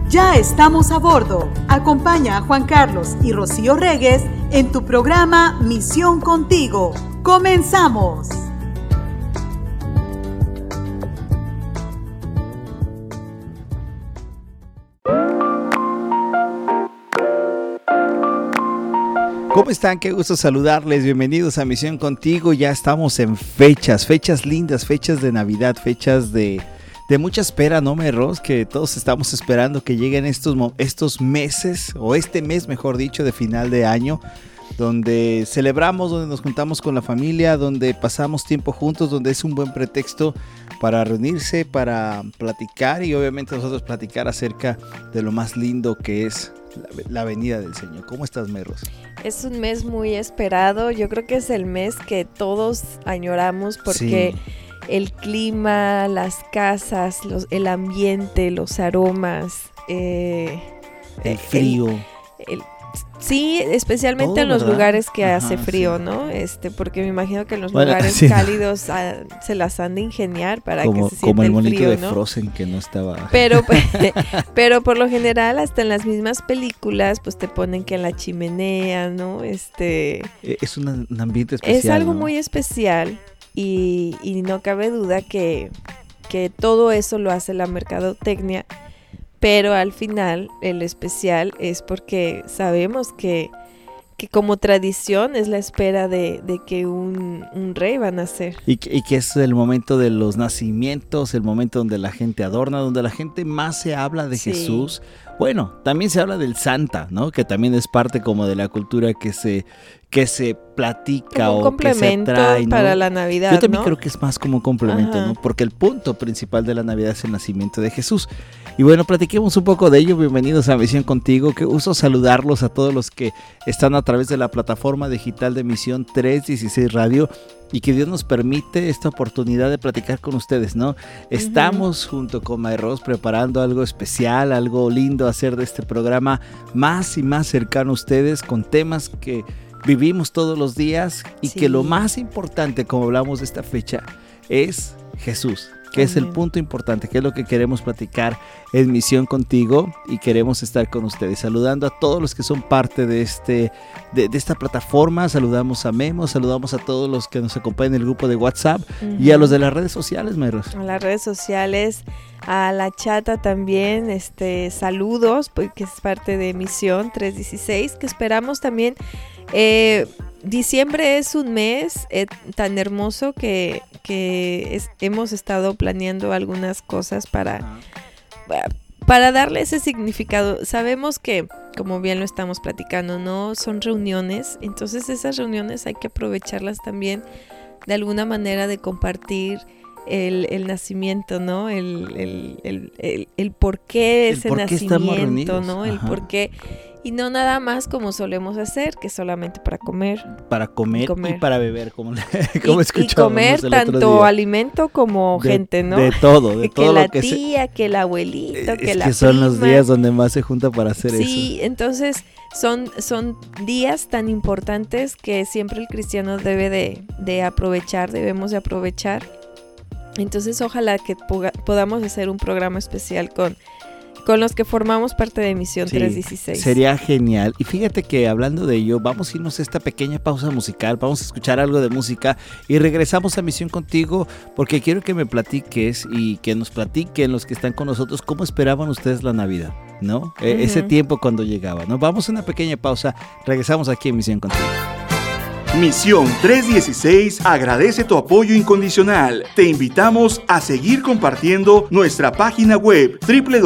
Ya estamos a bordo. Acompaña a Juan Carlos y Rocío Regues en tu programa Misión Contigo. ¡Comenzamos! ¿Cómo están? Qué gusto saludarles. Bienvenidos a Misión Contigo. Ya estamos en fechas lindas, fechas de Navidad, fechas de mucha espera, ¿no, Merros? Que todos estamos esperando que lleguen estos meses, o este mes, mejor dicho, de final de año, donde celebramos, donde nos juntamos con la familia, donde pasamos tiempo juntos, donde es un buen pretexto para reunirse, para platicar y obviamente nosotros platicar acerca de lo más lindo que es la venida del Señor. ¿Cómo estás, Merros? Es un mes muy esperado. Yo creo que es el mes que todos añoramos porque sí. El clima, las casas, el ambiente, los aromas, el frío. Sí, especialmente todo, en los lugares que hace frío, sí. ¿no? Porque me imagino que en los lugares sí, cálidos se las han de ingeniar para que se sienta el frío, como el monito de ¿no? Frozen que no estaba. Pero por lo general, hasta en las mismas películas, pues te ponen que en la chimenea, ¿no? Es un ambiente especial. Es algo, ¿no?, muy especial y no cabe duda que todo eso lo hace la mercadotecnia. Pero al final el especial es porque sabemos que como tradición es la espera de que un rey va a nacer. Y que es el momento de los nacimientos, el momento donde la gente adorna, donde la gente más se habla de Jesús. Bueno, también se habla del Santa, ¿no? Que también es parte como de la cultura que se platica como un o que se trae, ¿no? Para la Navidad, yo también, ¿no? creo que es más como un complemento, Ajá. ¿no? Porque el punto principal de la Navidad es el nacimiento de Jesús. Y bueno, platiquemos un poco de ello. Bienvenidos a Misión Contigo. Qué gusto saludarlos a todos los que están a través de la plataforma digital de Misión 316 Radio. Y que Dios nos permite esta oportunidad de platicar con ustedes, ¿no? Estamos junto con Mayros preparando algo especial, algo lindo, hacer de este programa más y más cercano a ustedes, con temas que vivimos todos los días y que lo más importante, como hablamos de esta fecha, es Jesús, que es el punto importante, que es lo que queremos platicar en Misión Contigo y queremos estar con ustedes, saludando a todos los que son parte de esta plataforma. Saludamos a Memo, saludamos a todos los que nos acompañan en el grupo de WhatsApp y a los de las redes sociales, Meros. A las redes sociales, a la chata también, saludos, porque es parte de Misión 316, que esperamos también. Diciembre es un mes tan hermoso que hemos estado planeando algunas cosas para darle ese significado. Sabemos que, como bien lo estamos platicando, no son reuniones, entonces esas reuniones hay que aprovecharlas también de alguna manera de compartir el nacimiento, ¿no? El por qué ese nacimiento, ¿no? Ajá. El por qué. Y no nada más como solemos hacer, que solamente para comer. Para comer y para beber, como escuchábamos y comer el tanto otro día. Alimento como gente, ¿no? De todo que lo la que tía, que el abuelito, que la que son prima. los días donde más se junta para hacer eso. Sí, entonces son días tan importantes que siempre el cristiano debe de aprovechar, debemos de aprovechar. Entonces ojalá que podamos hacer un programa especial con los que formamos parte de Misión 316. Sería genial. Y fíjate que hablando de ello, vamos a irnos a esta pequeña pausa musical, vamos a escuchar algo de música y regresamos a Misión Contigo, porque quiero que me platiques y que nos platiquen los que están con nosotros cómo esperaban ustedes la Navidad, ¿no? Ese tiempo cuando llegaba, ¿no? Vamos a una pequeña pausa, regresamos aquí en Misión Contigo. Misión 316 agradece tu apoyo incondicional. Te invitamos a seguir compartiendo nuestra página web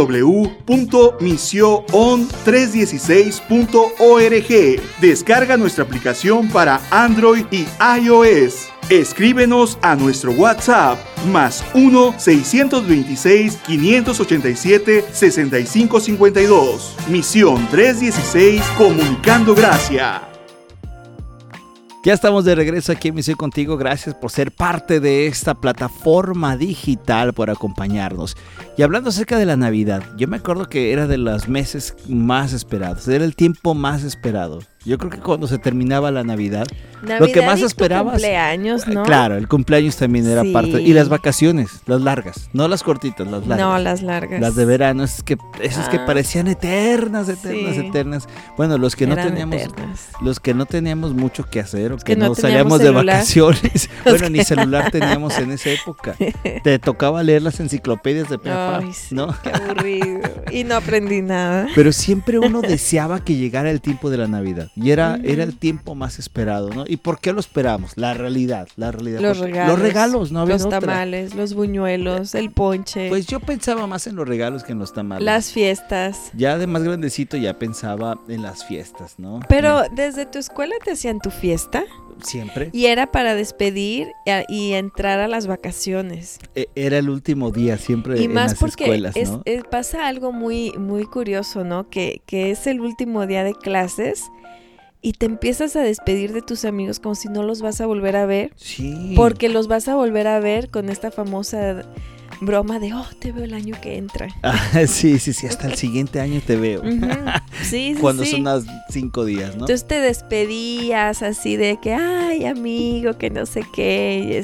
www.mision316.org. Descarga nuestra aplicación para Android y iOS. Escríbenos a nuestro WhatsApp +1 626 587 6552. Misión 316, comunicando gracia. Ya estamos de regreso aquí en Misión Contigo. Gracias por ser parte de esta plataforma digital, por acompañarnos. Y hablando acerca de la Navidad, yo me acuerdo que era de los meses más esperados, era el tiempo más esperado. Yo creo que cuando se terminaba la Navidad, Navidad lo que más y tu esperabas, cumpleaños, ¿no? Claro, el cumpleaños también era Sí. parte, y las vacaciones, las largas, no las cortitas, las largas. No, las largas. Las de verano, esas que parecían eternas. Sí. Bueno, los que no Eran teníamos, eternas. los que no teníamos mucho que hacer, o que que no no teníamos salíamos de celular. vacaciones. Bueno, ni celular teníamos en esa época. Te tocaba leer las enciclopedias de papá, Ay, sí, ¿no? qué aburrido. Y no aprendí nada. Pero siempre uno deseaba que llegara el tiempo de la Navidad. Y era el tiempo más esperado, ¿no? ¿Y por qué lo esperábamos? La realidad. Los Porque regalos. Los regalos, no había Los otra. tamales, los buñuelos, el ponche, Pues yo pensaba más en los regalos que en los tamales. las fiestas. Ya de más grandecito ya pensaba en las fiestas, ¿no? Pero desde tu escuela te hacían tu fiesta Siempre. y era para despedir y entrar a las vacaciones. Era el último día siempre Y en más las porque escuelas, ¿no? pasa algo muy, muy curioso, ¿no? Que es el último día de clases y te empiezas a despedir de tus amigos como si no los vas a volver a ver. Sí. Porque los vas a volver a ver con esta famosa broma de, te veo el año que entra. Ah, sí, hasta el siguiente año te veo. Ujú. Sí, Cuando sí. son las 5 días, ¿no? Entonces te despedías así de que, ay, amigo, que no sé qué,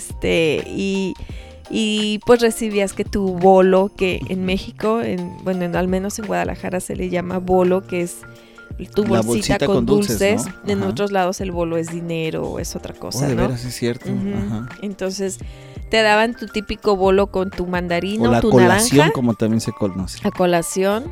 y pues recibías que tu bolo, que en México, al menos en Guadalajara se le llama bolo, que es tu La bolsita con dulces, dulces. ¿no? En Ajá. otros lados el bolo es dinero o es otra cosa, De ¿no? veras, es cierto. Ujú. Ajá. Entonces te daban tu típico bolo con tu mandarino, O la tu colación, naranja, como también se conoce. a colación,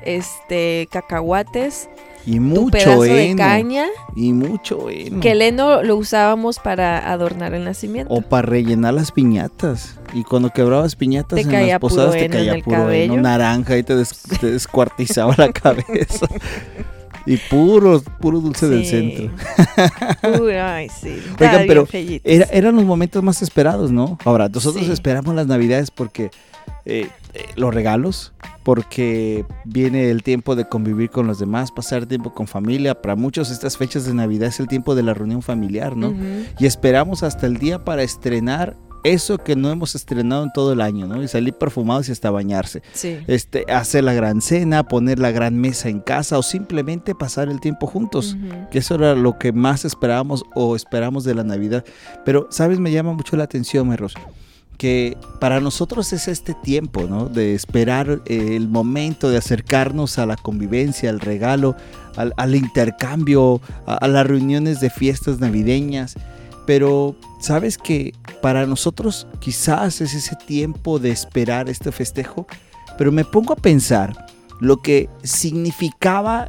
cacahuates, Y tu mucho pedazo de heno. caña, Y mucho heno. que el heno lo usábamos para adornar el nacimiento. O para rellenar las piñatas. Y cuando quebrabas piñatas Te en caía las posadas puro te heno en caía el puro cabello. heno, naranja y te descuartizaba la cabeza. Y puro dulce del Sí. centro. Uy, ay, sí. Oigan, pero fellitos. eran los momentos más esperados, ¿no? Ahora, nosotros Sí. esperamos las Navidades porque los regalos, porque viene el tiempo de convivir con los demás, pasar tiempo con familia. Para muchos estas fechas de Navidad es el tiempo de la reunión familiar, ¿no? Ujú. Y esperamos hasta el día para estrenar eso que no hemos estrenado en todo el año, ¿no? Y salir perfumados y hasta bañarse. Sí. Hacer la gran cena, poner la gran mesa en casa o simplemente pasar el tiempo juntos. Ujú. Que eso era lo que más esperábamos o esperamos de la Navidad. Pero, ¿sabes? Me llama mucho la atención, Merros, que para nosotros es este tiempo, ¿no? De esperar el momento de acercarnos a la convivencia, al regalo, al intercambio, a las reuniones de fiestas navideñas. Pero, ¿sabes que para nosotros quizás es ese tiempo de esperar este festejo? Pero me pongo a pensar lo que significaba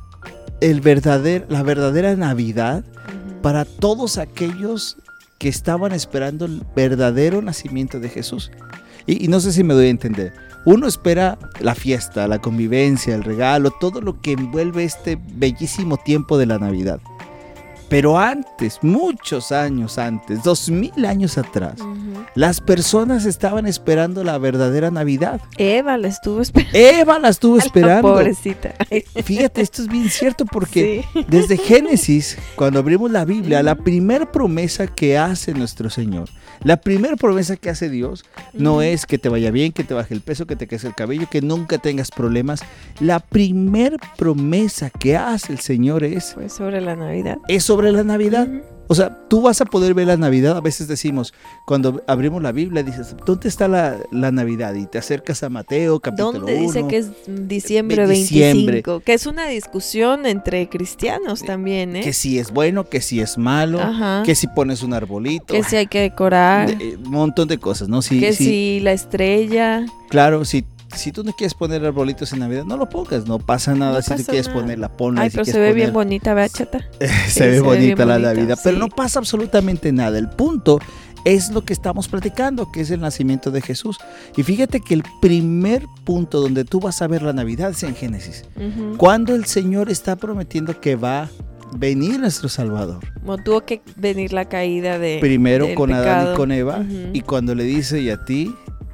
la verdadera Navidad Ujú. para todos aquellos que estaban esperando el verdadero nacimiento de Jesús. Y no sé si me doy a entender. Uno espera la fiesta, la convivencia, el regalo, todo lo que envuelve este bellísimo tiempo de la Navidad. Pero antes, muchos años antes, 2000 años atrás, Ujú. las personas estaban esperando la verdadera Navidad. Eva la estuvo esperando. Eva la estuvo esperando. Pobrecita. Fíjate, esto es bien cierto porque Sí. desde Génesis, cuando abrimos la Biblia, la primera promesa que hace nuestro Señor, la primera promesa que hace Dios, no Ujú. es que te vaya bien, que te baje el peso, que te crezca el cabello, que nunca tengas problemas. La primera promesa que hace el Señor es Fue sobre la Navidad. sobre la Navidad. Ujú. O sea, tú vas a poder ver la Navidad. A veces decimos, cuando abrimos la Biblia, dices, ¿dónde está la Navidad? Y te acercas a Mateo, capítulo 1. ¿Dónde dice que es diciembre Diciembre. 25? Que es una discusión entre cristianos también, ¿eh? Que si es bueno, que si es malo, Ajá. que si pones un arbolito. Que si hay que decorar. Un montón de cosas, ¿no? Sí, que sí, si la estrella. claro, si tú no quieres poner arbolitos en Navidad, no lo pongas, no pasa nada. No si tú pasa quieres nada. ponerla, ponla. Ay, Si pero se quieres ve bien poner- bonita, ¿verdad, chata? se ve se ve bonita bien la bonita, Navidad, pero sí. no pasa absolutamente nada. El punto es lo que estamos platicando, que es el nacimiento de Jesús. Y fíjate que el primer punto donde tú vas a ver la Navidad es en Génesis. Ujú. Cuando el Señor está prometiendo que va a venir nuestro Salvador. Como tuvo que venir la caída de Primero del con Adán pecado. y con Eva. Ujú. Y cuando le dice, y a ti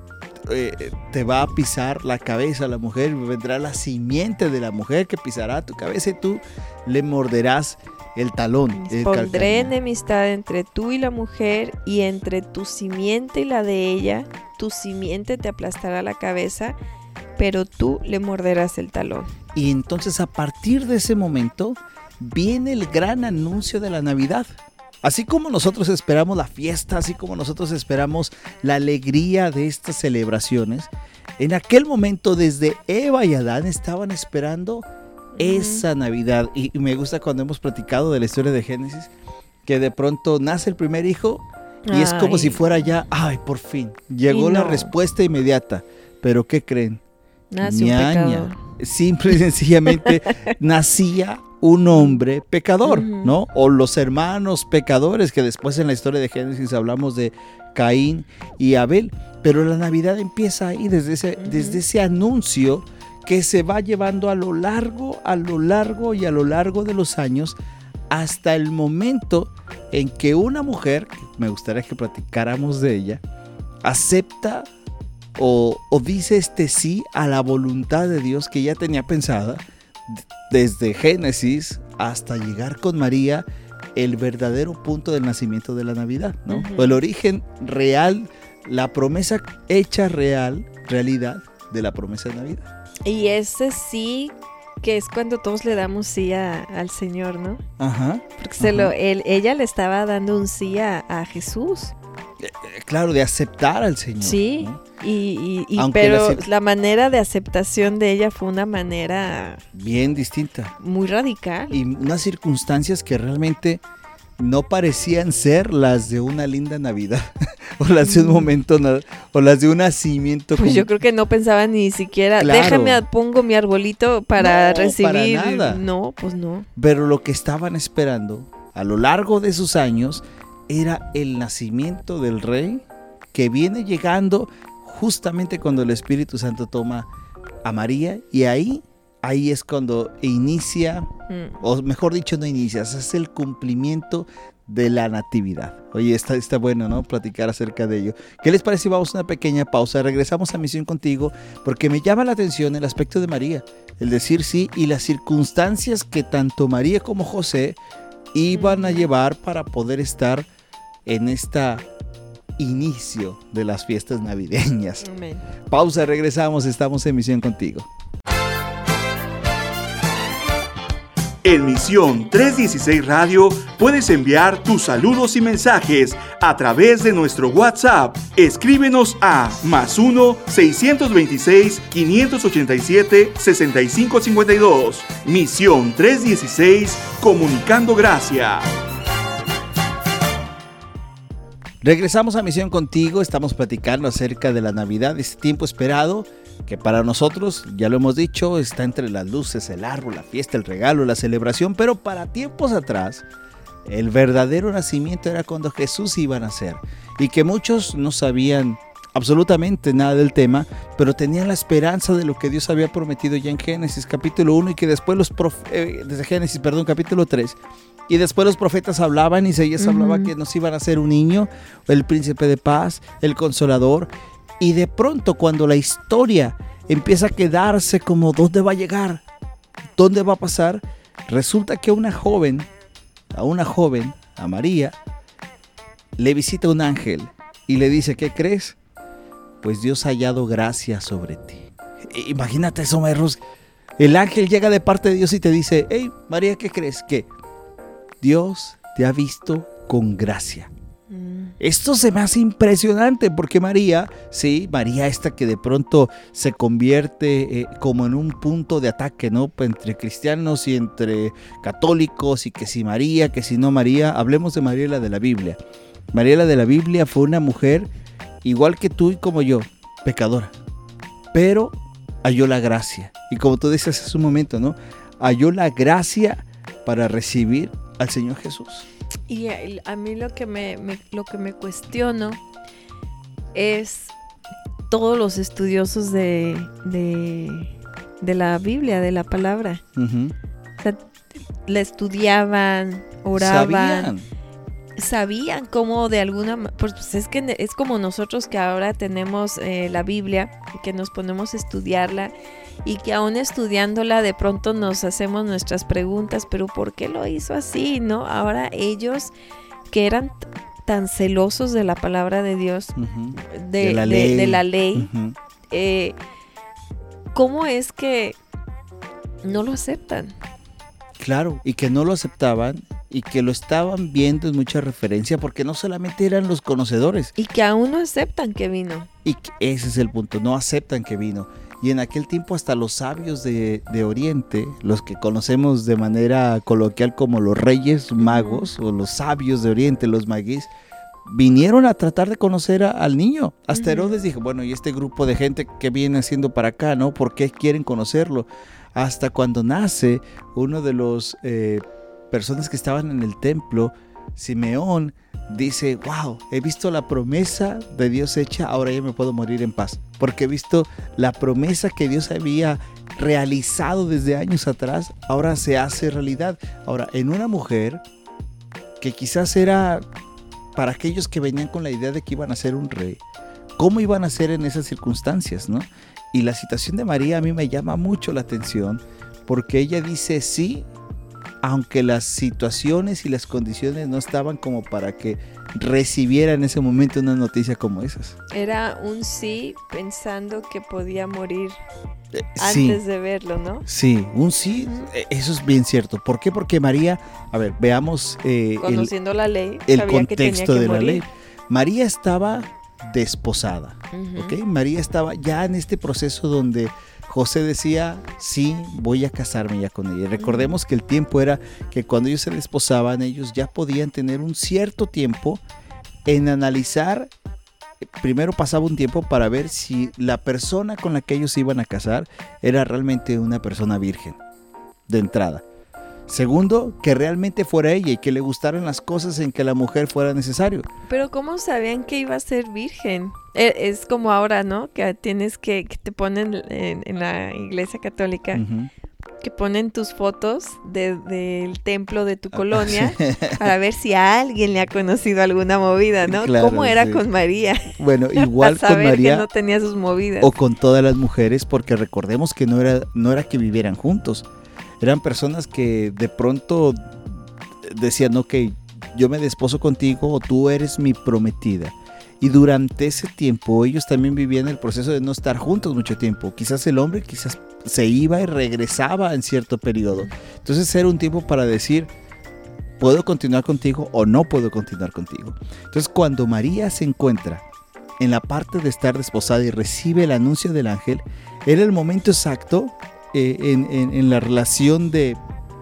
te va a pisar la cabeza la mujer, vendrá la simiente de la mujer que pisará tu cabeza y tú le morderás el talón. el Pondré calcañar. enemistad entre tú y la mujer y entre tu simiente y la de ella. Tu simiente te aplastará la cabeza, pero tú le morderás el talón. Y entonces a partir de ese momento viene el gran anuncio de la Navidad. Así como nosotros esperamos la fiesta, así como nosotros esperamos la alegría de estas celebraciones, en aquel momento desde Eva y Adán estaban esperando esa Navidad. Y me gusta cuando hemos platicado de la historia de Génesis, que de pronto nace el primer hijo y es como si fuera ya, por fin, llegó la respuesta inmediata. Pero ¿qué creen? Nace un pecador. Simple y sencillamente nacía un hombre pecador, ¿no? O los hermanos pecadores, que después en la historia de Génesis hablamos de Caín y Abel. Pero la Navidad empieza ahí, desde ese anuncio que se va llevando a lo largo de los años, hasta el momento en que una mujer, me gustaría que platicáramos de ella, acepta o dice sí a la voluntad de Dios que ya tenía pensada desde Génesis hasta llegar con María, el verdadero punto del nacimiento de la Navidad, ¿no? O el origen real, la promesa hecha realidad de la promesa de Navidad. Y ese sí que es cuando todos le damos sí al Señor, ¿no? Ajá. Porque ella le estaba dando un sí a Jesús. Claro, de aceptar al Señor. Sí, ¿no? Pero la manera de aceptación de ella fue una manera bien distinta, muy radical, y unas circunstancias que realmente no parecían ser las de una linda Navidad o las de un momento, o las de un nacimiento. Pues yo creo que no pensaban ni siquiera, déjame pongo mi arbolito para recibir. Para nada. No, pues no. Pero lo que estaban esperando a lo largo de sus años era el nacimiento del Rey, que viene llegando justamente cuando el Espíritu Santo toma a María, y ahí es cuando inicia, o mejor dicho, no inicia, es el cumplimiento de la natividad. Oye, está bueno, ¿no? Platicar acerca de ello. ¿Qué les parece si vamos a una pequeña pausa? Regresamos a Misión Contigo, porque me llama la atención el aspecto de María, el decir sí y las circunstancias que tanto María como José iban a llevar para poder estar en esta inicio de las fiestas navideñas. Amén. Pausa, regresamos, estamos en Misión Contigo. En Misión 316 Radio puedes enviar tus saludos y mensajes a través de nuestro WhatsApp. Escríbenos a +1 626 587 6552. Misión 316, comunicando gracia. Regresamos a Misión Contigo, estamos platicando acerca de la Navidad, este tiempo esperado, que para nosotros, ya lo hemos dicho, está entre las luces, el árbol, la fiesta, el regalo, la celebración, pero para tiempos atrás, el verdadero nacimiento era cuando Jesús iba a nacer, y que muchos no sabían absolutamente nada del tema, pero tenían la esperanza de lo que Dios había prometido ya en Génesis capítulo 1, y que después desde Génesis, capítulo 3, y después los profetas hablaban, Isaías hablaba que nos iban a hacer un niño, el príncipe de paz, el consolador. Y de pronto, cuando la historia empieza a quedarse como ¿dónde va a llegar? ¿Dónde va a pasar? Resulta que a una joven, a María, le visita un ángel y le dice, ¿qué crees? Pues Dios ha hallado gracia sobre ti. Imagínate eso, Merros. El ángel llega de parte de Dios y te dice, hey, María, ¿qué crees? Que Dios te ha visto con gracia. Esto se me hace impresionante porque María esta que de pronto se convierte como en un punto de ataque, ¿no? Entre cristianos y entre católicos, y que si María, que si no María. Hablemos de María la de la Biblia. María la de la Biblia fue una mujer igual que tú y como yo, pecadora, pero halló la gracia. Y como tú dices hace un momento, ¿no? Halló la gracia para recibir al Señor Jesús. Y a mí lo que me cuestiono es todos los estudiosos de la Biblia, de la palabra. O sea, la estudiaban, oraban, sabían cómo de alguna manera, pues es que es como nosotros que ahora tenemos la Biblia, que nos ponemos a estudiarla, y que aún estudiándola de pronto nos hacemos nuestras preguntas, pero ¿por qué lo hizo así? ¿No? Ahora ellos que eran tan celosos de la palabra de Dios, de la ley, ¿cómo es que no lo aceptan? Claro, y que no lo aceptaban y que lo estaban viendo en mucha referencia porque no solamente eran los conocedores. Y que aún no aceptan que vino. Y que ese es el punto, no aceptan que vino. Y en aquel tiempo hasta los sabios de Oriente, los que conocemos de manera coloquial como los reyes magos o los sabios de Oriente, los maguís, vinieron a tratar de conocer al niño. Hasta Herodes dijo, bueno, ¿y este grupo de gente que viene haciendo para acá, no? ¿Por qué quieren conocerlo? Hasta cuando nace uno de los personas que estaban en el templo, Simeón, dice, wow, he visto la promesa de Dios hecha, ahora ya me puedo morir en paz, porque he visto la promesa que Dios había realizado desde años atrás, ahora se hace realidad. Ahora, en una mujer que quizás era para aquellos que venían con la idea de que iban a ser un rey, ¿cómo iban a ser en esas circunstancias, no? Y la situación de María a mí me llama mucho la atención, porque ella dice sí, aunque las situaciones y las condiciones no estaban como para que recibiera en ese momento una noticia como esas. Era un sí pensando que podía morir sí, antes de verlo, ¿no? Sí, un sí, eso es bien cierto. ¿Por qué? Porque María, a ver, veamos conociendo la ley, el sabía contexto que tenía que de la morir. ley. María estaba desposada, ¿ok? María estaba ya en este proceso donde José decía, sí, voy a casarme ya con ella. Recordemos que el tiempo era que cuando ellos se desposaban, ellos ya podían tener un cierto tiempo en analizar. Primero pasaba un tiempo para ver si la persona con la que ellos se iban a casar era realmente una persona virgen, de entrada. Segundo, que realmente fuera ella y que le gustaran las cosas en que la mujer fuera necesario. Pero ¿cómo sabían que iba a ser virgen? Es como ahora, ¿no? Que tienes que te ponen en la iglesia católica, que ponen tus fotos del templo de tu colonia para ver si a alguien le ha conocido alguna movida, ¿no? Claro, ¿cómo era sí. con María? Bueno, igual para con saber María que no tenía sus movidas. o con todas las mujeres, porque recordemos que no era que vivieran juntos. Eran personas que de pronto decían, ok, yo me desposo contigo o tú eres mi prometida. Y durante ese tiempo ellos también vivían el proceso de no estar juntos mucho tiempo. Quizás el hombre se iba y regresaba en cierto periodo. Entonces era un tiempo para decir, ¿puedo continuar contigo o no puedo continuar contigo? Entonces cuando María se encuentra en la parte de estar desposada y recibe el anuncio del ángel, era el momento exacto en la relación de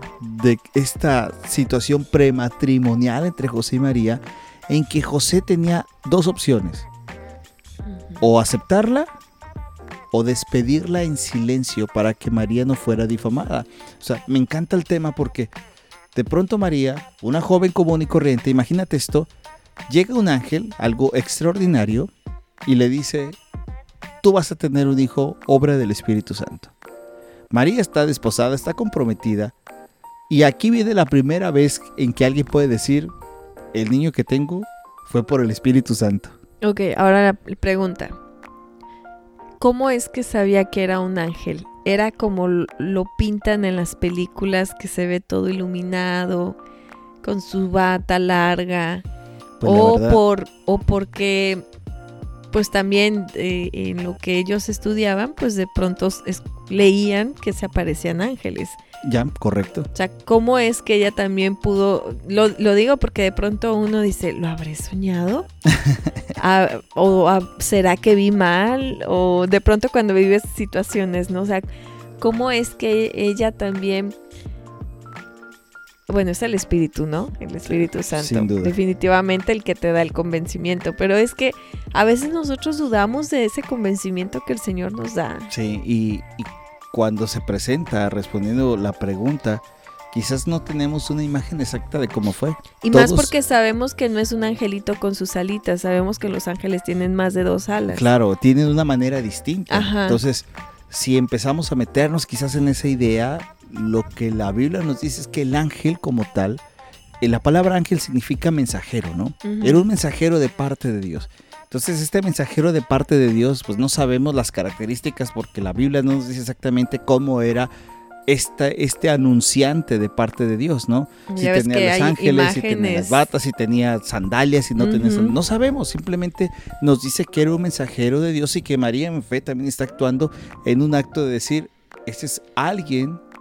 esta situación prematrimonial entre José y María, en que José tenía dos opciones: o aceptarla o despedirla en silencio para que María no fuera difamada. O sea, me encanta el tema porque de pronto María, una joven común y corriente, imagínate esto, llega un ángel, algo extraordinario, y le dice, tú vas a tener un hijo, obra del Espíritu Santo. María está desposada, está comprometida, y aquí viene la primera vez en que alguien puede decir, el niño que tengo fue por el Espíritu Santo. Ok, ahora la pregunta. ¿Cómo es que sabía que era un ángel? ¿Era como lo pintan en las películas, que se ve todo iluminado, con su bata larga? Pues o porque pues también en lo que ellos estudiaban, pues de pronto leían que se aparecían ángeles. Ya, correcto. O sea, ¿cómo es que ella también pudo? Lo digo porque de pronto uno dice, ¿lo habré soñado? ¿Será que vi mal? O de pronto cuando vives situaciones, ¿no? O sea, ¿cómo es que ella también... Bueno, es el Espíritu, ¿no? El Espíritu Santo. Sin duda. Definitivamente el que te da el convencimiento. Pero es que a veces nosotros dudamos de ese convencimiento que el Señor nos da. Sí, y cuando se presenta respondiendo la pregunta, quizás no tenemos una imagen exacta de cómo fue. Y más porque sabemos que no es un angelito con sus alitas. Sabemos que los ángeles tienen más de 2 alas. Claro, tienen una manera distinta. Ajá. Entonces, si empezamos a meternos quizás en esa idea, lo que la Biblia nos dice es que el ángel como tal, la palabra ángel significa mensajero, ¿no? Uh-huh. Era un mensajero de parte de Dios. Entonces este mensajero de parte de Dios, pues no sabemos las características porque la Biblia no nos dice exactamente cómo era este anunciante de parte de Dios, ¿no? Ya si tenía los ángeles, si tenía las batas, si tenía sandalias, si no tenía sandalias. No sabemos, simplemente nos dice que era un mensajero de Dios y que María en fe también está actuando en un acto de decir, este es alguien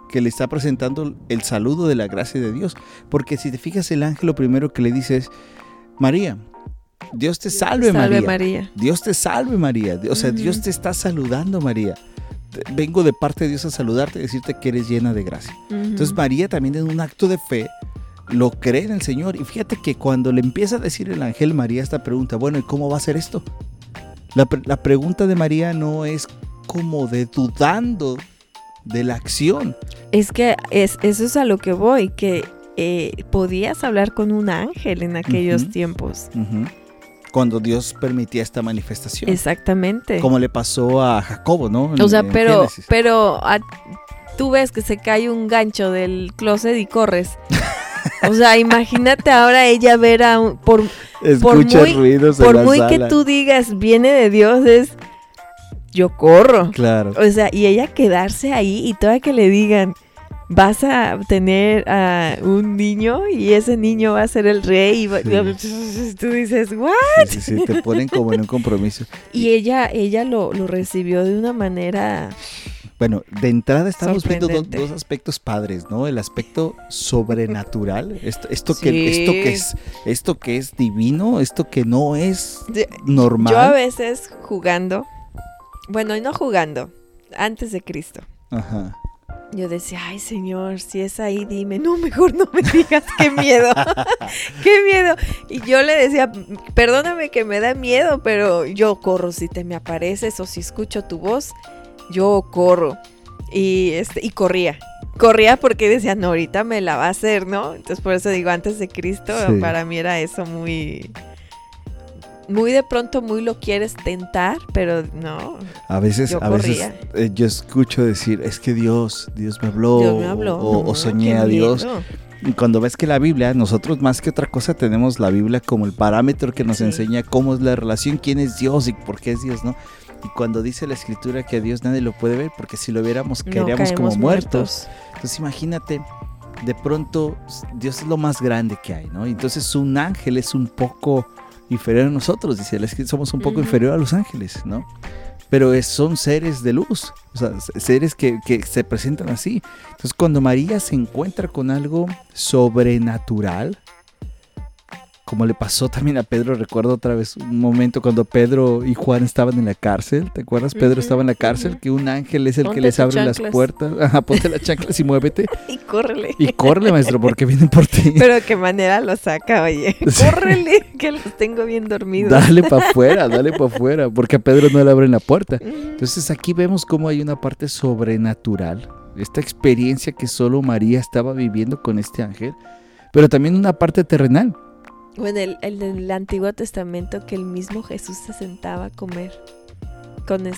que le está presentando el saludo de la gracia de Dios. Porque si te fijas, el ángel lo primero que le dice es: María, Dios te salve, María. Dios te salve, María. O sea, Dios te está saludando, María. Vengo de parte de Dios a saludarte y decirte que eres llena de gracia. Entonces María también, en un acto de fe, lo cree en el Señor. Y fíjate que cuando le empieza a decir el ángel María esta pregunta: bueno, ¿y cómo va a ser esto? La pregunta de María no es como de dudando de la acción. Es que eso es a lo que voy, que podías hablar con un ángel en aquellos tiempos. Cuando Dios permitía esta manifestación. Exactamente. Como le pasó a Jacobo, ¿no? O sea, pero tú ves que se cae un gancho del closet y corres. O sea, imagínate ahora ella ver por muy que tú digas viene de Dios, yo corro. Claro. O sea, y ella quedarse ahí y todavía que le digan: vas a tener a un niño y ese niño va a ser el rey. Y tú dices, ¿what? Sí, te ponen como en un compromiso. Y ella lo recibió de una manera... Bueno, de entrada estamos viendo dos aspectos padres, ¿no? El aspecto sobrenatural, esto que es divino, esto que no es normal. Yo a veces antes de Cristo. Ajá. Yo decía: ay, Señor, si es ahí, dime. No, mejor no me digas, qué miedo. Qué miedo. Y yo le decía: perdóname que me da miedo, pero yo corro si te me apareces o si escucho tu voz, yo corro. Y corría porque decía: no, ahorita me la va a hacer, ¿no? Entonces por eso digo, antes de Cristo, para mí era eso muy de pronto, muy lo quieres tentar, pero no. A veces yo escucho decir: es que Dios me habló, o soñé a Dios. Y cuando ves que la Biblia, nosotros más que otra cosa tenemos la Biblia como el parámetro que nos enseña cómo es la relación, quién es Dios y por qué es Dios, ¿no? Y cuando dice la Escritura que a Dios nadie lo puede ver, porque si lo viéramos caeríamos como muertos. Entonces imagínate, de pronto Dios es lo más grande que hay, ¿no? Y entonces un ángel es un poco inferior a nosotros, dice, somos un poco inferior a los ángeles, ¿no? Pero son seres de luz, o sea, seres que se presentan así. Entonces cuando María se encuentra con algo sobrenatural, como le pasó también a Pedro, recuerdo otra vez un momento cuando Pedro y Juan estaban en la cárcel, ¿te acuerdas? Pedro estaba en la cárcel, que un ángel es el que les abre las puertas. Ajá, ponte las chanclas y muévete. Y córrele. Y córrele, maestro, porque vienen por ti. Pero qué manera lo saca, oye. Córrele, que los tengo bien dormidos. Dale para afuera, porque a Pedro no le abren la puerta. Entonces aquí vemos cómo hay una parte sobrenatural, esta experiencia que solo María estaba viviendo con este ángel, pero también una parte terrenal. Bueno, el Antiguo Testamento, que el mismo Jesús se sentaba a comer con mi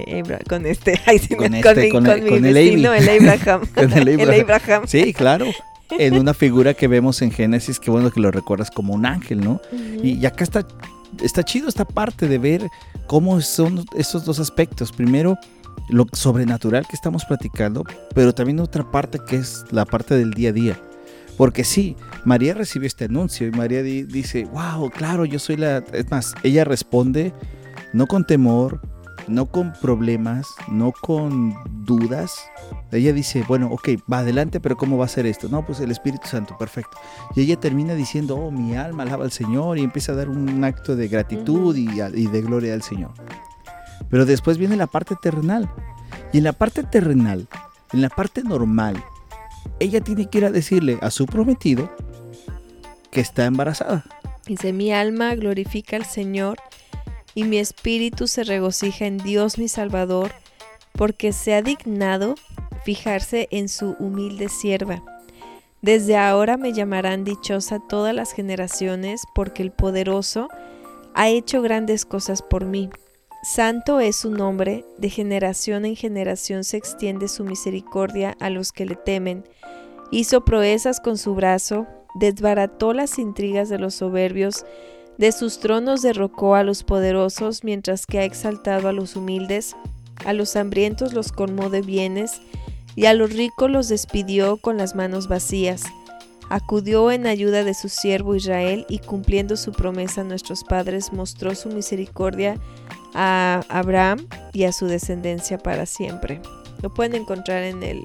vecino, el Abraham. El Abraham. Sí, claro. En una figura que vemos en Génesis, que bueno que lo recuerdas como un ángel, ¿no? Y acá está chido esta parte de ver cómo son esos dos aspectos. Primero, lo sobrenatural que estamos platicando, pero también otra parte que es la parte del día a día. Porque sí, María recibió este anuncio y María dice: wow, claro, yo soy Es más, ella responde no con temor, no con problemas, no con dudas. Ella dice: bueno, ok, va adelante, pero ¿cómo va a ser esto? No, pues el Espíritu Santo, perfecto. Y ella termina diciendo: oh, mi alma alaba al Señor, y empieza a dar un acto de gratitud y de gloria al Señor. Pero después viene la parte terrenal. Y en la parte terrenal, en la parte normal, ella tiene que ir a decirle a su prometido que está embarazada. Dice: mi alma glorifica al Señor y mi espíritu se regocija en Dios mi Salvador, porque se ha dignado fijarse en su humilde sierva. Desde ahora me llamarán dichosa todas las generaciones, porque el Poderoso ha hecho grandes cosas por mí. Santo es su nombre, de generación en generación se extiende su misericordia a los que le temen. Hizo proezas con su brazo, desbarató las intrigas de los soberbios, de sus tronos derrocó a los poderosos, mientras que ha exaltado a los humildes, a los hambrientos los colmó de bienes, y a los ricos los despidió con las manos vacías. Acudió en ayuda de su siervo Israel, y cumpliendo su promesa a nuestros padres, mostró su misericordia a Abraham y a su descendencia para siempre. Lo pueden encontrar en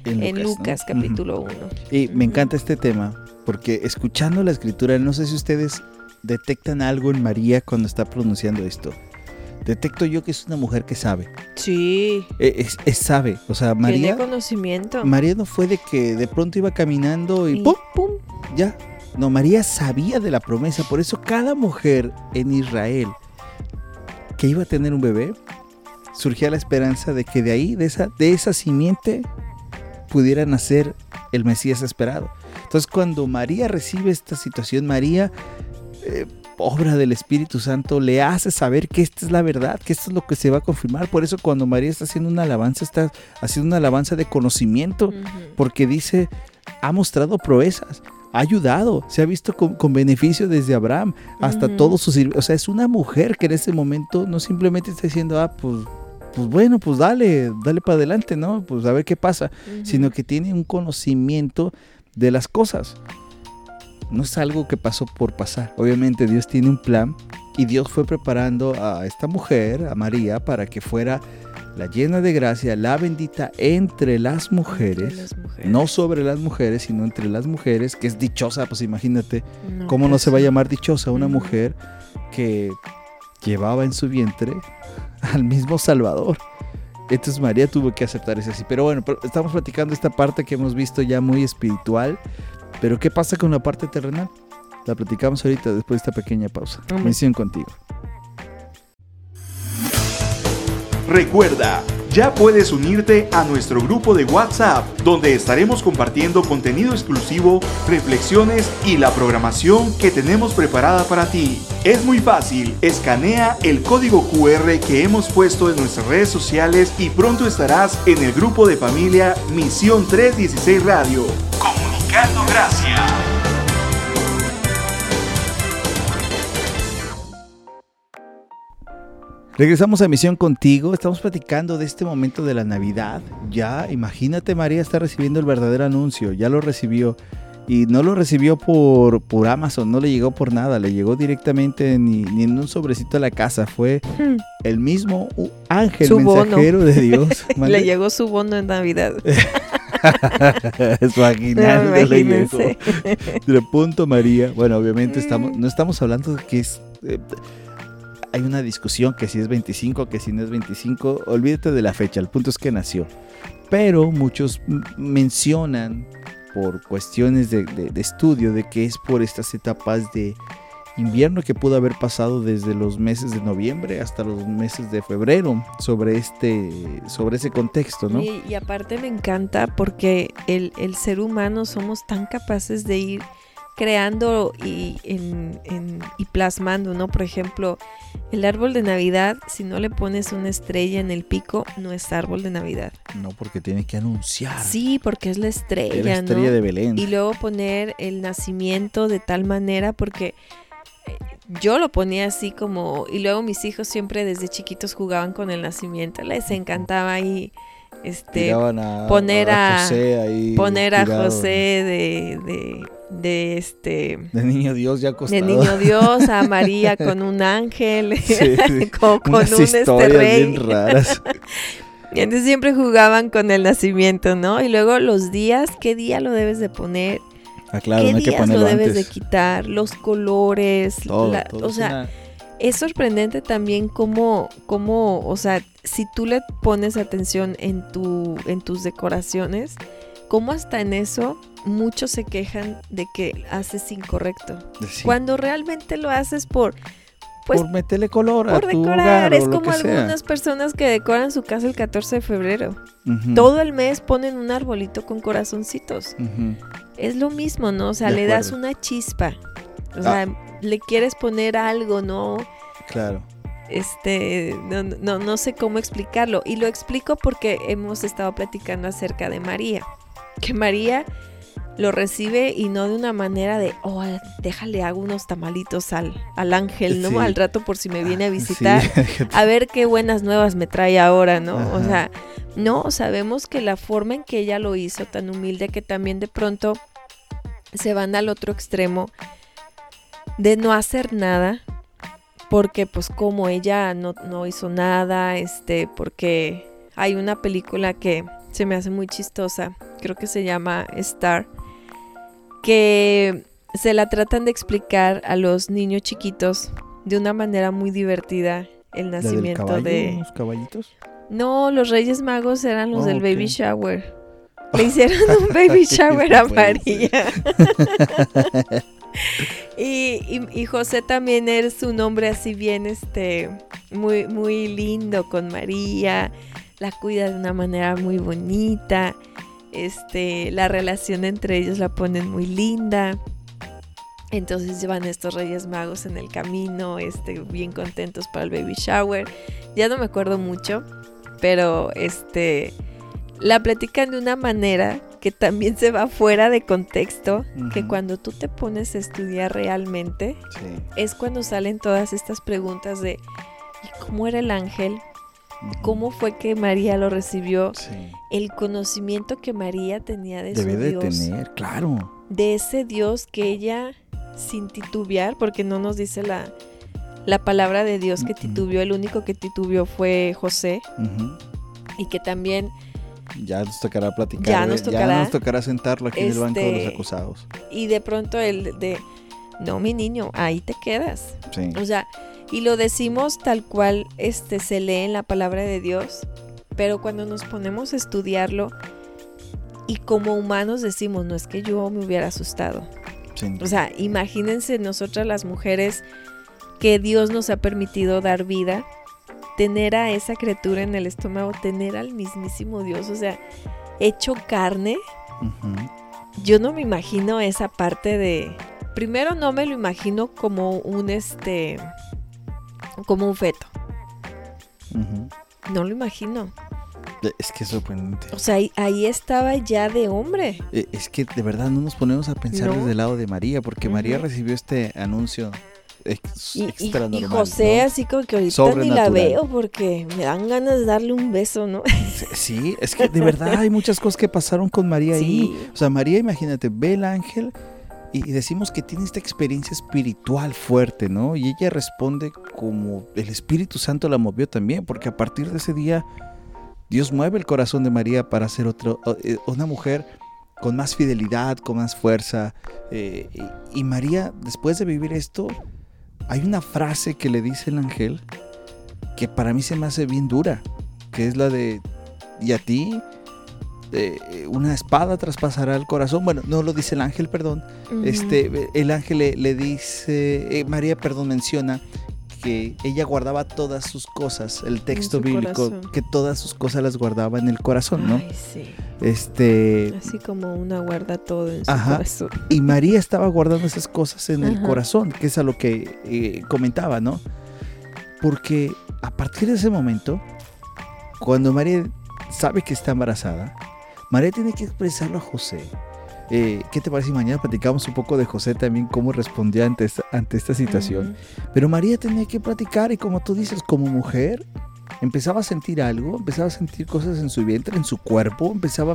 en Lucas, ¿no? Capítulo 1. Y me encanta este tema, porque escuchando la escritura, no sé si ustedes detectan algo en María cuando está pronunciando esto. Detecto yo que es una mujer que sabe. Sí. Sabe. O sea, María... Tiene conocimiento. María no fue de que de pronto iba caminando y ¡pum! ¡Pum! Ya. No, María sabía de la promesa. Por eso cada mujer en Israel que iba a tener un bebé, surgía la esperanza de que de ahí, de esa simiente, pudiera nacer el Mesías esperado. Entonces, cuando María recibe esta situación, María, obra del Espíritu Santo, le hace saber que esta es la verdad, que esto es lo que se va a confirmar. Por eso cuando María está haciendo una alabanza, está haciendo una alabanza de conocimiento, porque dice, ha mostrado proezas, ha ayudado, se ha visto con beneficio desde Abraham hasta todos sus... O sea, es una mujer que en ese momento no simplemente está diciendo, pues bueno, pues dale para adelante, ¿no? Pues a ver qué pasa, sino que tiene un conocimiento de las cosas. No es algo que pasó por pasar. Obviamente Dios tiene un plan y Dios fue preparando a esta mujer, a María, para que fuera la llena de gracia, la bendita entre las mujeres, no sobre las mujeres, sino entre las mujeres, que es dichosa. Pues imagínate, ¿cómo no se va a llamar dichosa una mujer que llevaba en su vientre al mismo Salvador? Entonces María tuvo que aceptar eso así. Pero bueno, estamos platicando esta parte que hemos visto ya muy espiritual. Pero ¿qué pasa con la parte terrenal? La platicamos ahorita después de esta pequeña pausa. Misión contigo. Recuerda, ya puedes unirte a nuestro grupo de WhatsApp, donde estaremos compartiendo contenido exclusivo, reflexiones y la programación que tenemos preparada para ti. Es muy fácil, escanea el código QR que hemos puesto en nuestras redes sociales y pronto estarás en el grupo de familia Misión 316 Radio. Comunicando gracia. Regresamos a Misión Contigo. Estamos platicando de este momento de la Navidad. Ya, imagínate, María está recibiendo el verdadero anuncio. Ya lo recibió. Y no lo recibió por Amazon, no le llegó por nada. Le llegó directamente ni en un sobrecito a la casa. Fue el mismo ángel su mensajero bono de Dios. Le llegó su bono en Navidad. Su aguinaldo le llegó. De punto, María. Bueno, obviamente no estamos hablando de que es... hay una discusión que si es 25, que si no es 25, olvídate de la fecha, el punto es que nació. Pero muchos mencionan por cuestiones de estudio de que es por estas etapas de invierno que pudo haber pasado desde los meses de noviembre hasta los meses de febrero sobre ese contexto, ¿no? Y aparte me encanta porque el ser humano somos tan capaces de ir creando y plasmando, ¿no? Por ejemplo, el árbol de Navidad, si no le pones una estrella en el pico, no es árbol de Navidad. No, porque tiene que anunciar. Sí, porque es la estrella, es la estrella, ¿no? De Belén. Y luego poner el nacimiento de tal manera, porque yo lo ponía así como... Y luego mis hijos siempre desde chiquitos jugaban con el nacimiento. Les encantaba ahí... poner a José ahí poner tirado, a José de niño Dios ya acostado, de niño Dios, a María con un ángel, sí. con unas un historias rey bien raras. Y entonces siempre jugaban con el nacimiento, ¿no? Y luego los días, ¿qué día lo debes de poner? Claro, ¿Qué no hay que días ponerlo lo debes antes. de quitar? Los colores, todo o sea, es sorprendente también cómo, o sea, si tú le pones atención en tus decoraciones, cómo hasta en eso muchos se quejan de que haces incorrecto. Sí. Cuando realmente lo haces por meterle color a tu decorar. hogar, Es o lo como que sea. algunas personas que decoran su casa el 14 de febrero. Uh-huh. Todo el mes ponen un arbolito con corazoncitos. Uh-huh. Es lo mismo, ¿no? O sea, De le acuerdo. das una chispa. O sea, le quieres poner algo, ¿no? Claro. No sé cómo explicarlo. Y lo explico porque hemos estado platicando acerca de María. Que María lo recibe y no de una manera de, déjale, hago unos tamalitos al ángel, ¿no? Sí. Al rato por si me viene a visitar. Sí. A ver qué buenas nuevas me trae ahora, ¿no? Ajá. O sea, no, sabemos que la forma en que ella lo hizo, tan humilde, que también de pronto se van al otro extremo de no hacer nada, porque pues como ella no hizo nada, porque hay una película que se me hace muy chistosa, creo que se llama Star, que se la tratan de explicar a los niños chiquitos de una manera muy divertida el nacimiento ¿La del caballo, de... los caballitos? No, los Reyes Magos eran los del ok. baby shower. Le hicieron un baby shower a No puede María. Y José también es un hombre así bien, muy, muy lindo con María. La cuida de una manera muy bonita. La relación entre ellos la ponen muy linda. Entonces llevan estos Reyes Magos en el camino, bien contentos para el baby shower. Ya no me acuerdo mucho, pero la platican de una manera que también se va fuera de contexto, que cuando tú te pones a estudiar realmente, Sí. es cuando salen todas estas preguntas de ¿y cómo era el ángel? ¿Cómo fue que María lo recibió? Sí. El conocimiento que María tenía de Debe su de Dios, tener, claro. de ese Dios que ella, sin titubear, porque no nos dice la palabra de Dios que titubeó, el único que titubeó fue José, y que también... Ya nos tocará platicar. Ya nos tocará sentarlo aquí en el banco de los acusados. Y de pronto no, mi niño, ahí te quedas. Sí. O sea, y lo decimos tal cual se lee en la palabra de Dios, pero cuando nos ponemos a estudiarlo y como humanos decimos, no es que yo me hubiera asustado. Sí. O sea, imagínense nosotras las mujeres que Dios nos ha permitido dar vida, tener a esa criatura en el estómago, tener al mismísimo Dios, o sea, hecho carne. Yo no me imagino esa parte de... Primero no me lo imagino como un como un feto. No lo imagino. Es que es sorprendente. O sea, ahí estaba ya de hombre. Es que de verdad no nos ponemos a pensar desde el lado de María, porque María recibió este anuncio extra normal. Y José, ¿no? así como que ahorita ni la veo porque me dan ganas de darle un beso, ¿no? Sí, es que de verdad hay muchas cosas que pasaron con María ahí. O sea, María, imagínate, ve el ángel y decimos que tiene esta experiencia espiritual fuerte, ¿no? Y ella responde como el Espíritu Santo la movió también, porque a partir de ese día Dios mueve el corazón de María para ser una mujer con más fidelidad, con más fuerza. Y María, después de vivir esto, hay una frase que le dice el ángel que para mí se me hace bien dura, que es la de, y a ti una espada traspasará el corazón. Bueno, no lo dice el ángel, perdón. El ángel le dice, María, menciona que ella guardaba todas sus cosas, el texto bíblico, corazón. Que todas sus cosas las guardaba en el corazón, ¿no? Ay, sí. Así como una guarda todo en su corazón. Y María estaba guardando esas cosas en el corazón, que es a lo que comentaba, ¿no? Porque a partir de ese momento, cuando María sabe que está embarazada, María tiene que expresarlo a José. ¿Qué te parece si mañana platicamos un poco de José también, cómo respondía ante esta situación? Pero María tenía que platicar y, como tú dices, como mujer empezaba a sentir algo, empezaba a sentir cosas en su vientre, en su cuerpo, empezar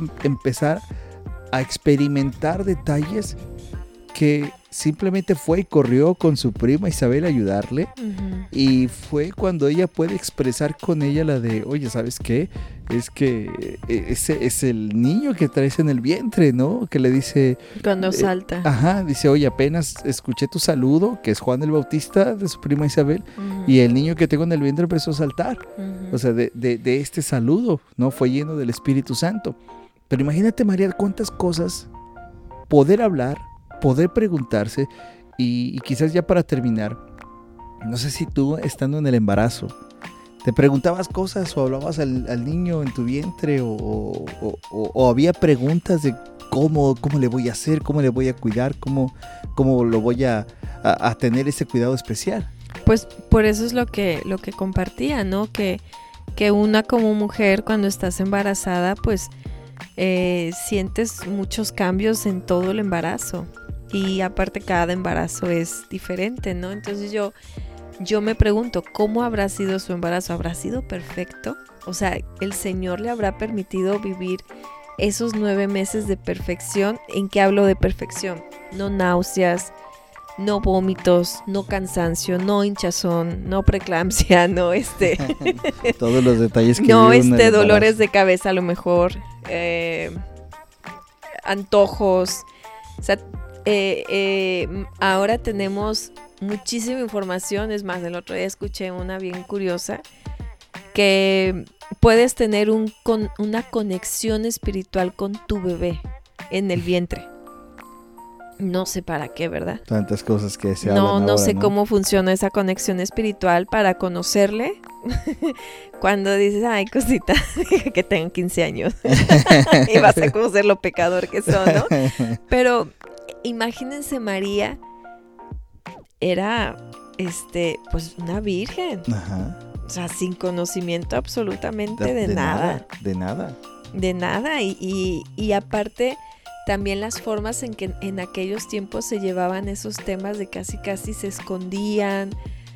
a experimentar detalles que simplemente fue y corrió con su prima Isabel a ayudarle. Y fue cuando ella puede expresar con ella la de, oye, ¿sabes qué? Es que ese es el niño que traes en el vientre, ¿no? Que le dice... Cuando salta. Dice, oye, apenas escuché tu saludo, que es Juan el Bautista, de su prima Isabel, y el niño que tengo en el vientre empezó a saltar. O sea, de este saludo, ¿no? Fue lleno del Espíritu Santo. Pero imagínate, María, cuántas cosas poder hablar, poder preguntarse, y quizás ya para terminar, no sé si tú, estando en el embarazo, te preguntabas cosas o hablabas al niño en tu vientre o había preguntas de cómo le voy a hacer, cómo le voy a cuidar, cómo lo voy a tener ese cuidado especial. Pues por eso es lo que compartía, ¿no? Que una como mujer cuando estás embarazada, pues sientes muchos cambios en todo el embarazo. Y aparte cada embarazo es diferente, ¿no? Entonces yo me pregunto, ¿cómo habrá sido su embarazo? ¿Habrá sido perfecto? O sea, ¿el Señor le habrá permitido vivir esos 9 meses de perfección? ¿En qué hablo de perfección? No náuseas, no vómitos, no cansancio, no hinchazón, no preeclampsia, no todos los detalles que no dolores de cabeza a lo mejor, antojos. O sea, ahora tenemos muchísima información. Es más, el otro día escuché una bien curiosa, que puedes tener una conexión espiritual con tu bebé en el vientre. No sé para qué, ¿verdad? Tantas cosas que se hablan ahora, no sé cómo funciona esa conexión espiritual para conocerle. Cuando dices, ay, cosita, que tengan 15 años. Y vas a conocer lo pecador que son, ¿no? Pero imagínense, María era, pues, una virgen. Ajá. O sea, sin conocimiento absolutamente de nada. De nada. De nada. Y aparte, también las formas en que en aquellos tiempos se llevaban esos temas de casi se escondían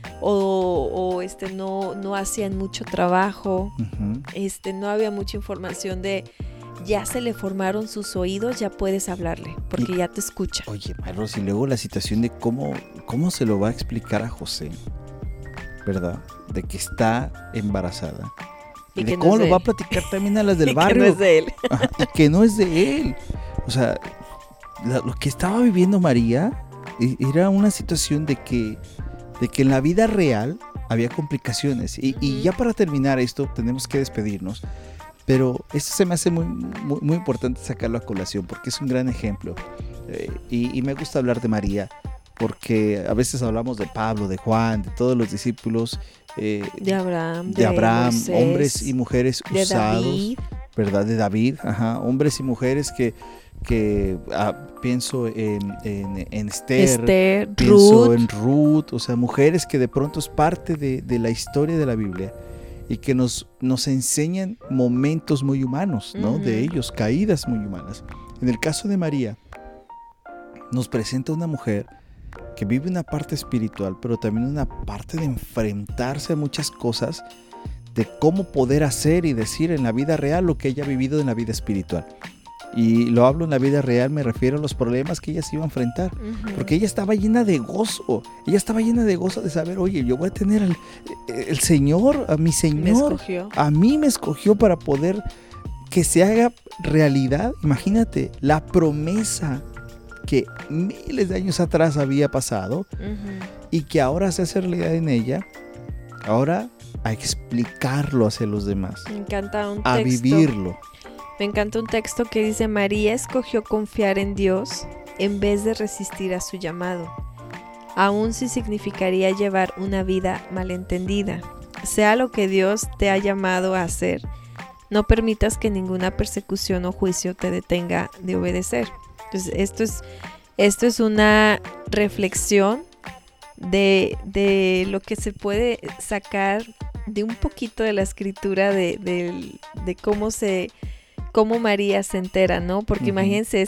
o no hacían mucho trabajo. Uh-huh. No había mucha información de ya se le formaron sus oídos, ya puedes hablarle, porque ya te escucha. Oye, Marlos, y luego la situación de cómo se lo va a explicar a José, ¿verdad? De que está embarazada. Y de cómo lo va a platicar también a las del barrio. Que no es de él. Ajá, y que no es de él. O sea, lo que estaba viviendo María era una situación de que en la vida real había complicaciones. Y ya para terminar esto, tenemos que despedirnos. Pero esto se me hace muy, muy, muy importante sacarlo a colación, porque es un gran ejemplo. Y me gusta hablar de María, porque a veces hablamos de Pablo, de Juan, de todos los discípulos. De Abraham, Moisés, hombres y mujeres de usados. David. ¿Verdad? De David, ajá. Hombres y mujeres que pienso en Esther, pienso en Ruth, o sea, mujeres que de pronto es parte de la historia de la Biblia y que nos enseñan momentos muy humanos, ¿no? Uh-huh. De ellos, caídas muy humanas. En el caso de María, nos presenta una mujer que vive una parte espiritual, pero también una parte de enfrentarse a muchas cosas, de cómo poder hacer y decir en la vida real lo que ella ha vivido en la vida espiritual. Y lo hablo en la vida real, me refiero a los problemas que ella se iba a enfrentar. Uh-huh. Porque ella estaba llena de gozo. Ella estaba llena de gozo de saber, oye, yo voy a tener el Señor, a mi Señor. Me escogió. A mí me escogió para poder que se haga realidad. Imagínate, la promesa que miles de años atrás había pasado, uh-huh, y que ahora se hace realidad en ella. Ahora a explicarlo hacia los demás. Me encanta un texto. A vivirlo. Me encanta un texto que dice: María escogió confiar en Dios en vez de resistir a su llamado, aun si significaría llevar una vida malentendida. Sea lo que Dios te ha llamado a hacer, no permitas que ninguna persecución o juicio te detenga de obedecer. Entonces, esto es una reflexión de lo que se puede sacar de un poquito de la escritura de cómo María se entera, ¿no? Porque uh-huh, imagínense,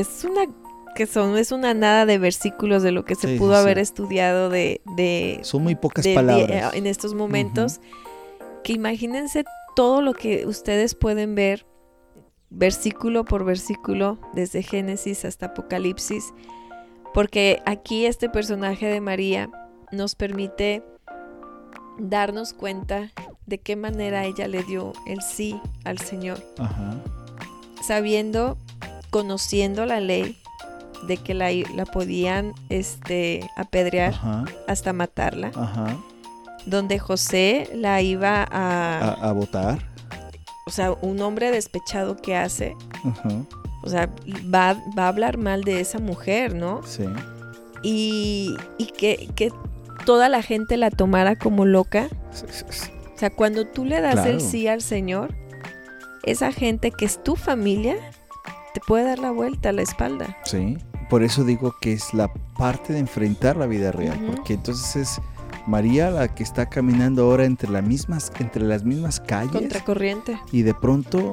es una nada de versículos de lo que se pudo haber estudiado son muy pocas palabras en estos momentos, uh-huh, que imagínense todo lo que ustedes pueden ver versículo por versículo desde Génesis hasta Apocalipsis, porque aquí este personaje de María nos permite darnos cuenta de qué manera ella le dio el sí al Señor. Ajá. Sabiendo, conociendo la ley de que la podían apedrear, ajá, hasta matarla. Ajá. Donde José la iba a botar. O sea, un hombre despechado que hace. Ajá. O sea, va a hablar mal de esa mujer, ¿no? Sí. Y que toda la gente la tomara como loca. O sea, cuando tú le das, claro, el sí al Señor, esa gente que es tu familia te puede dar la vuelta a la espalda. Sí, por eso digo que es la parte de enfrentar la vida real, uh-huh, porque entonces es María la que está caminando ahora entre las mismas calles. Contracorriente. Y de pronto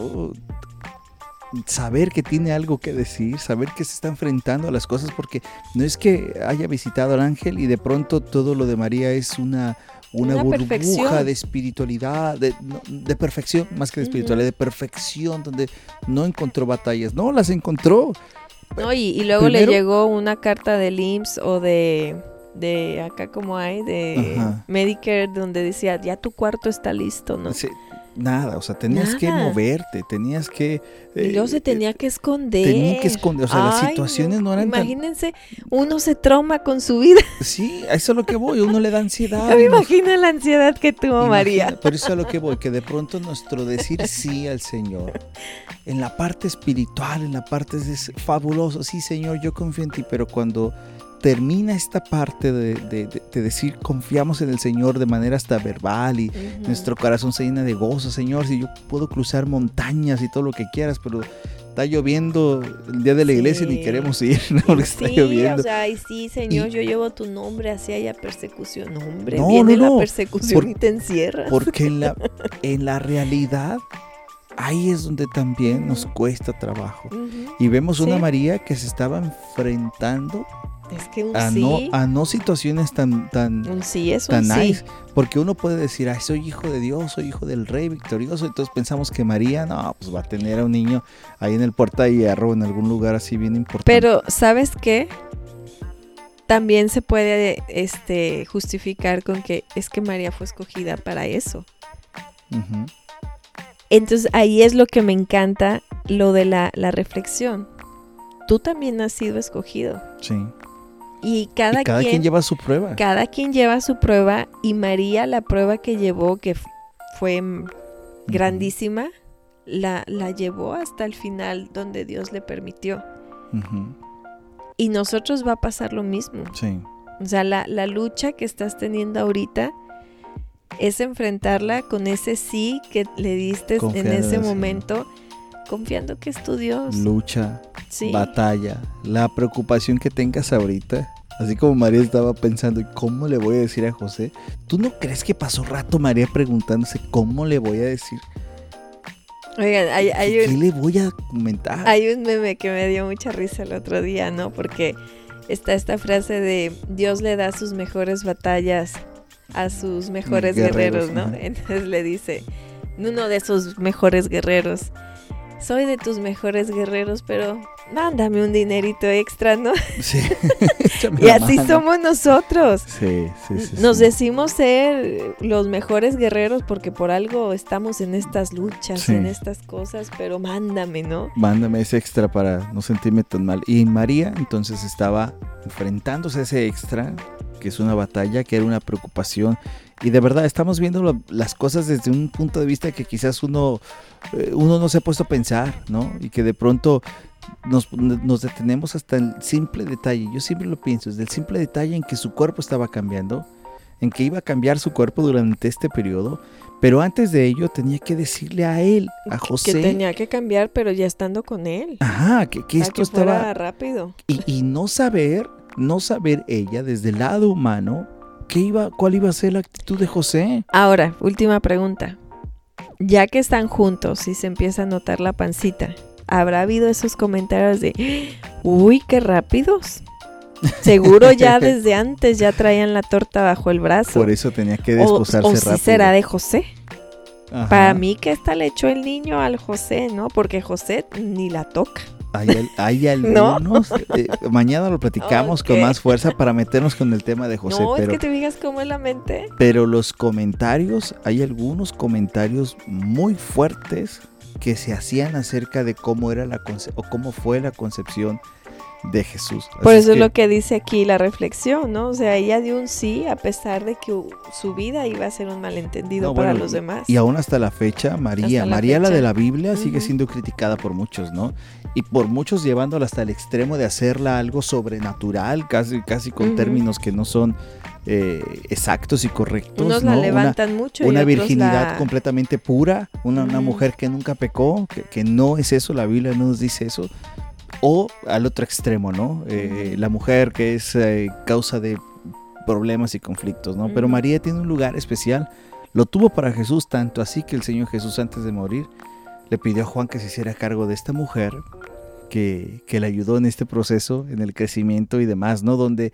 saber que tiene algo que decir, saber que se está enfrentando a las cosas, porque no es que haya visitado al ángel y de pronto todo lo de María es una burbuja perfección, de espiritualidad, de perfección, más que de espiritualidad, uh-huh, de perfección, donde no encontró batallas, no, las encontró. No, y luego primero, le llegó una carta del IMSS o de acá como hay, de ajá, Medicare, donde decía, ya tu cuarto está listo, ¿no? Sí. nada, o sea, tenías que moverte, tenías que... y luego se tenía que esconder. Tenía que esconder, o sea, las situaciones no eran imagínense, uno se trauma con su vida. Sí, a eso es lo que voy, uno le da ansiedad. Yo me imagino la ansiedad que tuvo María. Pero eso es a lo que voy, que de pronto nuestro decir sí al Señor, en la parte espiritual, en la parte es fabuloso, sí Señor, yo confío en ti, pero cuando termina esta parte de decir confiamos en el Señor de manera hasta verbal y nuestro corazón se llena de gozo, Señor, si yo puedo cruzar montañas y todo lo que quieras, pero está lloviendo el día de la iglesia y ni queremos ir, ¿no? Porque está lloviendo. O sea, y sí, Señor, yo llevo tu nombre, así haya persecución. No, hombre, no, viene la persecución y te encierras. Porque en la realidad, ahí es donde también nos cuesta trabajo. Y vemos una María que se estaba enfrentando es que a no situaciones tan un sí es tan un nice, sí. porque uno puede decir, ay, soy hijo de Dios, soy hijo del Rey victorioso, entonces pensamos que María, no, pues va a tener a un niño ahí en el Puerta de Hierro, en algún lugar así bien importante. Pero, ¿sabes qué? También se puede justificar con que es que María fue escogida para eso. Entonces, ahí es lo que me encanta, lo de la reflexión. Tú también has sido escogido. Sí. Y cada quien lleva su prueba. Cada quien lleva su prueba, y María la prueba que llevó, que fue grandísima, la llevó hasta el final donde Dios le permitió. Y nosotros va a pasar lo mismo. Sí. O sea, la lucha que estás teniendo ahorita es enfrentarla con ese sí que le diste en ese momento, confiando que es tu Dios. Lucha, batalla, la preocupación que tengas ahorita. Así como María estaba pensando, ¿cómo le voy a decir a José? ¿Tú no crees que pasó rato María preguntándose cómo le voy a decir? Oigan, ¿Qué le voy a comentar? Hay un meme que me dio mucha risa el otro día, ¿no? Porque está esta frase de Dios le da sus mejores batallas a sus mejores guerreros, ¿no? Entonces le dice uno de esos mejores guerreros, soy de tus mejores guerreros, pero mándame un dinerito extra, ¿no? Sí. Y así somos nosotros. Sí. Nos decimos ser los mejores guerreros porque por algo estamos en estas luchas, en estas cosas, pero mándame, ¿no? Mándame ese extra para no sentirme tan mal. Y María entonces estaba enfrentándose a ese extra, que es una batalla, que era una preocupación. Y de verdad estamos viendo las cosas desde un punto de vista que quizás uno no se ha puesto a pensar, ¿no? Y que de pronto nos detenemos hasta el simple detalle. Yo siempre lo pienso, desde el simple detalle en que su cuerpo estaba cambiando, en que iba a cambiar su cuerpo durante este periodo, pero antes de ello tenía que decirle a él, a José, que tenía que cambiar, pero ya estando con él. Ajá, que esto estaba fuera rápido. Y no saber ella desde el lado humano cuál iba a ser la actitud de José. Ahora, última pregunta. Ya que están juntos y se empieza a notar la pancita, ¿habrá habido esos comentarios de uy, qué rápidos? Seguro ya desde antes ya traían la torta bajo el brazo. Por eso tenía que desposarse rápido. ¿O sí será de José? Ajá. Para mí que esta le echó el niño al José, ¿no? Porque José ni la toca. Hay algunos, ¿no? Mañana lo platicamos con más fuerza para meternos con el tema de José. No, es que te digas cómo es la mente. Pero los comentarios, hay algunos comentarios muy fuertes que se hacían acerca de cómo era o cómo fue la concepción de Jesús. Por eso es lo que dice aquí la reflexión, ¿no? O sea, ella dio un sí a pesar de que su vida iba a ser un malentendido para los demás. Y aún hasta la fecha, María la de la Biblia, sigue siendo criticada por muchos, ¿no? Y por muchos llevándola hasta el extremo de hacerla algo sobrenatural, casi con términos que no son exactos y correctos. Unos ¿no? la levantan mucho y una otros virginidad completamente pura, una mujer que nunca pecó, que no es eso, la Biblia no nos dice eso. O al otro extremo, ¿no? La mujer que es causa de problemas y conflictos, ¿no? Pero María tiene un lugar especial, lo tuvo para Jesús, tanto así que el Señor Jesús antes de morir le pidió a Juan que se hiciera cargo de esta mujer que le ayudó en este proceso, en el crecimiento y demás, ¿no? Donde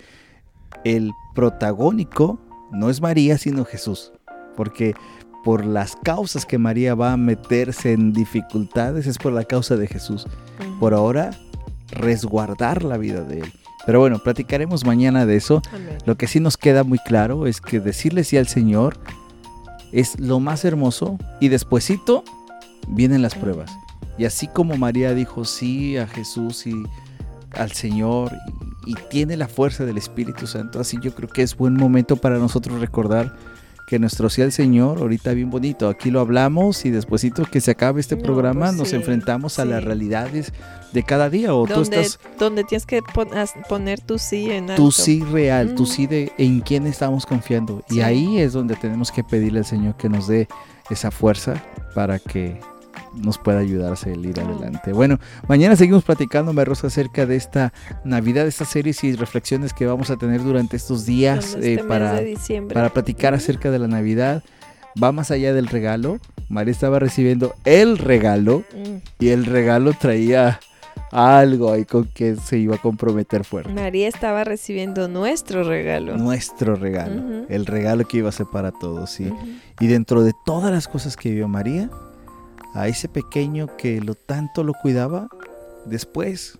el protagónico no es María, sino Jesús, porque por las causas que María va a meterse en dificultades es por la causa de Jesús. Por ahora, resguardar la vida de él. Pero bueno, platicaremos mañana de eso. Amén. Lo que sí nos queda muy claro es que decirle sí al Señor es lo más hermoso, y despuesito vienen las pruebas. Y así como María dijo sí a Jesús y al Señor y tiene la fuerza del Espíritu Santo, así yo creo que es buen momento para nosotros recordar que nuestro sí al Señor, ahorita bien bonito, aquí lo hablamos y despuesito que se acabe este programa, pues nos enfrentamos a las realidades de cada día. O donde tienes que poner tu sí en alto. Tu sí real, tu sí de en quién estamos confiando. Sí. Y ahí es donde tenemos que pedirle al Señor que nos dé esa fuerza para que nos pueda ayudar a salir adelante. Bueno, mañana seguimos platicando, Rosa, acerca de esta Navidad, de estas series y reflexiones que vamos a tener durante estos días para platicar acerca de la Navidad. Va más allá del regalo. María estaba recibiendo el regalo y el regalo traía algo ahí con que se iba a comprometer fuerte. María estaba recibiendo nuestro regalo. El regalo que iba a ser para todos, sí. Y dentro de todas las cosas que vio María, a ese pequeño que tanto lo cuidaba, después,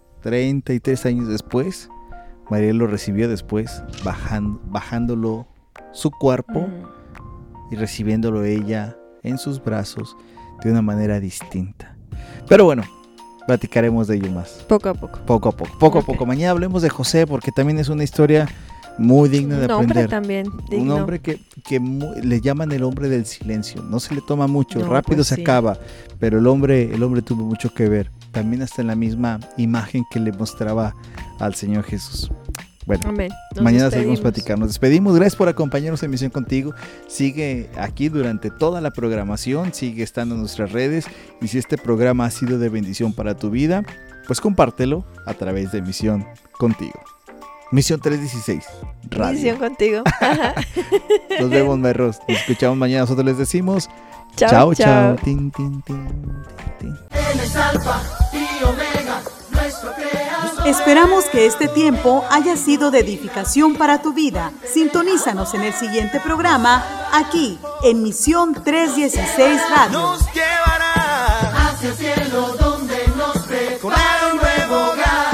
33 años después, María lo recibió después, bajándolo su cuerpo y recibiéndolo ella en sus brazos de una manera distinta. Pero bueno, platicaremos de ello más. Poco a poco. Poco a poco. Mañana hablemos de José, porque también es una historia muy digna de aprender. Un hombre también digno. Un hombre que le llaman el hombre del silencio. No se le toma mucho, rápido se acaba. Pero el hombre tuvo mucho que ver. También hasta en la misma imagen que le mostraba al Señor Jesús. Bueno, mañana seguimos platicando. Nos despedimos. Gracias por acompañarnos en Misión Contigo. Sigue aquí durante toda la programación. Sigue estando en nuestras redes. Y si este programa ha sido de bendición para tu vida, pues compártelo a través de Misión Contigo. Misión 316 Radio. Misión Contigo. Nos vemos, Merros. Nos escuchamos mañana. Nosotros les decimos chao. Tin, tin, tin, tin. Él es Alfa y Omega, nuestro creador. Esperamos que este tiempo haya sido de edificación para tu vida. Sintonízanos en el siguiente programa, aquí en Misión 316 Radio. Nos llevará hacia el cielo donde nos prepara un nuevo hogar.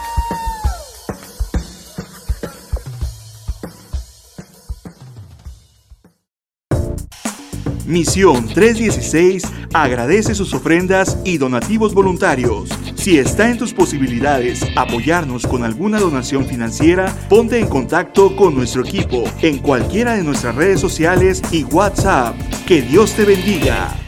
Misión 316 agradece sus ofrendas y donativos voluntarios. Si está en tus posibilidades apoyarnos con alguna donación financiera, ponte en contacto con nuestro equipo en cualquiera de nuestras redes sociales y WhatsApp. Que Dios te bendiga.